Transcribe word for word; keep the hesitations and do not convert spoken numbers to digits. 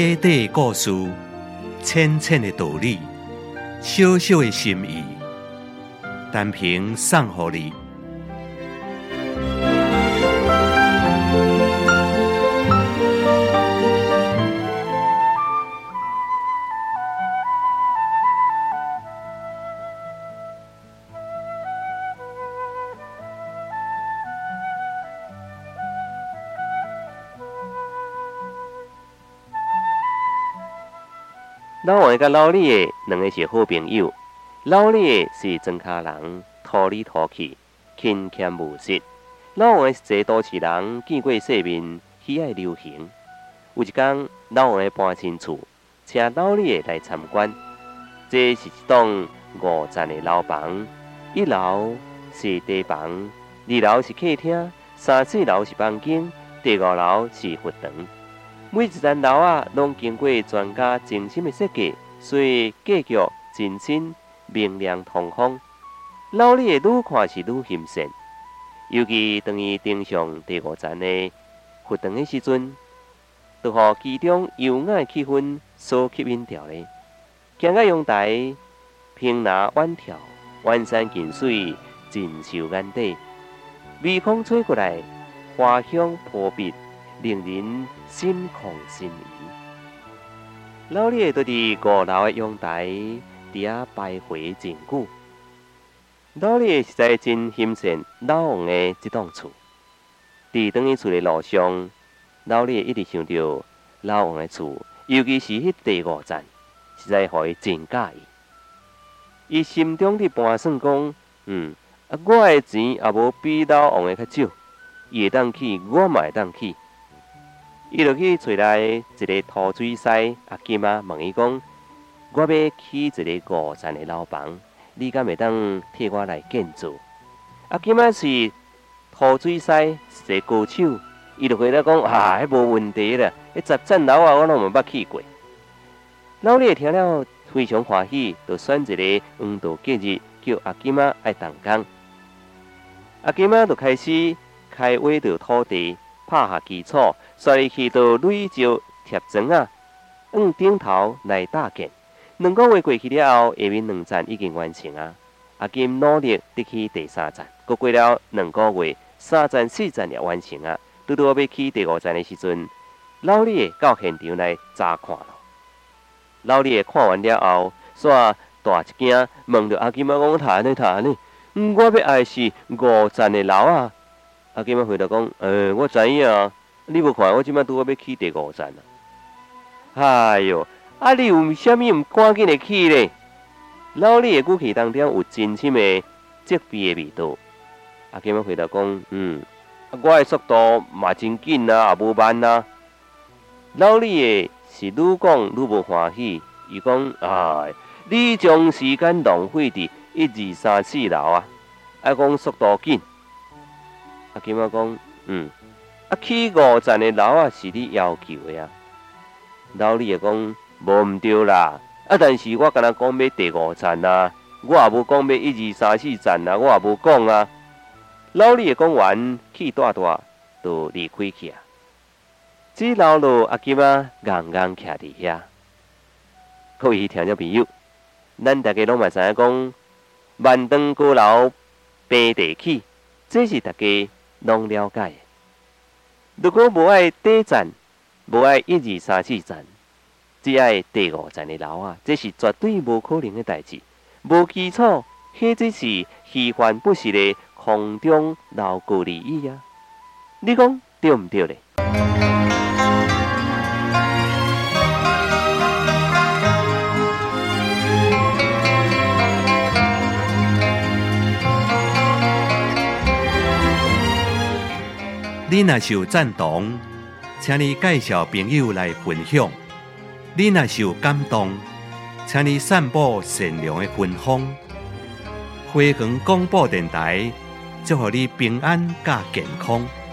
短短的故事，浅浅的道理，小小的心意，单凭送予你。 老王甲老李的两个是好朋友。老李的是庄脚人，土里土气，勤俭务实；老王的是一个都市人，见过世面，喜爱流行。有一天，老王的搬新厝，请老李的来参观。这是一栋五层的楼房，一楼是茶房，二楼是客厅，三四楼是房间，第五楼是佛堂。每一层楼啊，拢经过专家精心的设计，所以格局真新、明亮通风。老李的愈看是愈欣赏，尤其当伊登上第五层的佛堂的时阵，就互其中优雅的气氛所吸引掉咧。行到阳台，平拿远眺，远山近水，尽收眼底。微风吹过来，花香扑鼻，令人心旷神怡。老李就伫五楼的阳台伫遐徘徊真久。老李实在真欣赏老王的这栋厝。伫转去厝的路上，老李一直想着老王的厝，尤其是迄第五层，实在互伊真介意。伊心中伫盘算讲，嗯，啊，我的钱也无比老王的较少，伊会当去，我嘛会当去。伊就去找来一个土水师阿金仔，问伊讲：我要起一个五层的楼房，你敢会当替我来建筑？阿金仔是土水师，是一个高手，伊就回答讲：啊，迄无问题啦，迄十层楼啊，我拢毋捌去过。老李听了非常欢喜，就选一个黄道吉日，叫阿金仔爱动工。阿金仔就开始开挖着土地，拍下基础，刷入去到垒石贴砖啊，往顶头来搭建。两个月过去了后，下面两层已经完成啊。阿金努力得去第三层，过过了两个月，三层四层也完成啊。拄拄要去第五层的时阵，老李到现场来查看咯。老李看完了后，煞大一惊，问着阿金仔讲：他呢他呢？嗯，我要爱是五层的楼啊。阿金仔回答讲：呃，我知影啊，你无看我即摆拄好要去第五层啊。哎哟，啊你有啥物毋赶紧的去咧？老李的语气当中有真心的责备的味道。阿金仔回答讲：嗯，我的速度嘛真紧啊，也无慢啊。老李的是愈讲愈无欢喜，伊讲：哎，你将时间浪费伫一二三四楼啊，爱讲速度紧。阿金仔讲：嗯，啊起五层的楼啊是你要求的啊。老李也讲：无毋对啦，啊但是我敢若讲要第五层啊，我也无讲要一二三四层啊，我也无讲啊。老李也讲完，气大大就离开去啊。只留落阿金仔硬硬徛伫遐。各位听众朋友，咱大家拢嘛知影讲，万丈高楼平地起，这是大家拢了解的。如果无爱底层，无爱一二三四层，只爱第五层的楼啊，这是绝对无可能的代志。无基础，迄只是虚幻不实的空中楼高利益啊！你讲对毋对咧？ 你若是有赞同，请你介绍朋友来分享；你若是有感动，请你散布善良的芬芳。花园广播电台，祝福你平安加健康。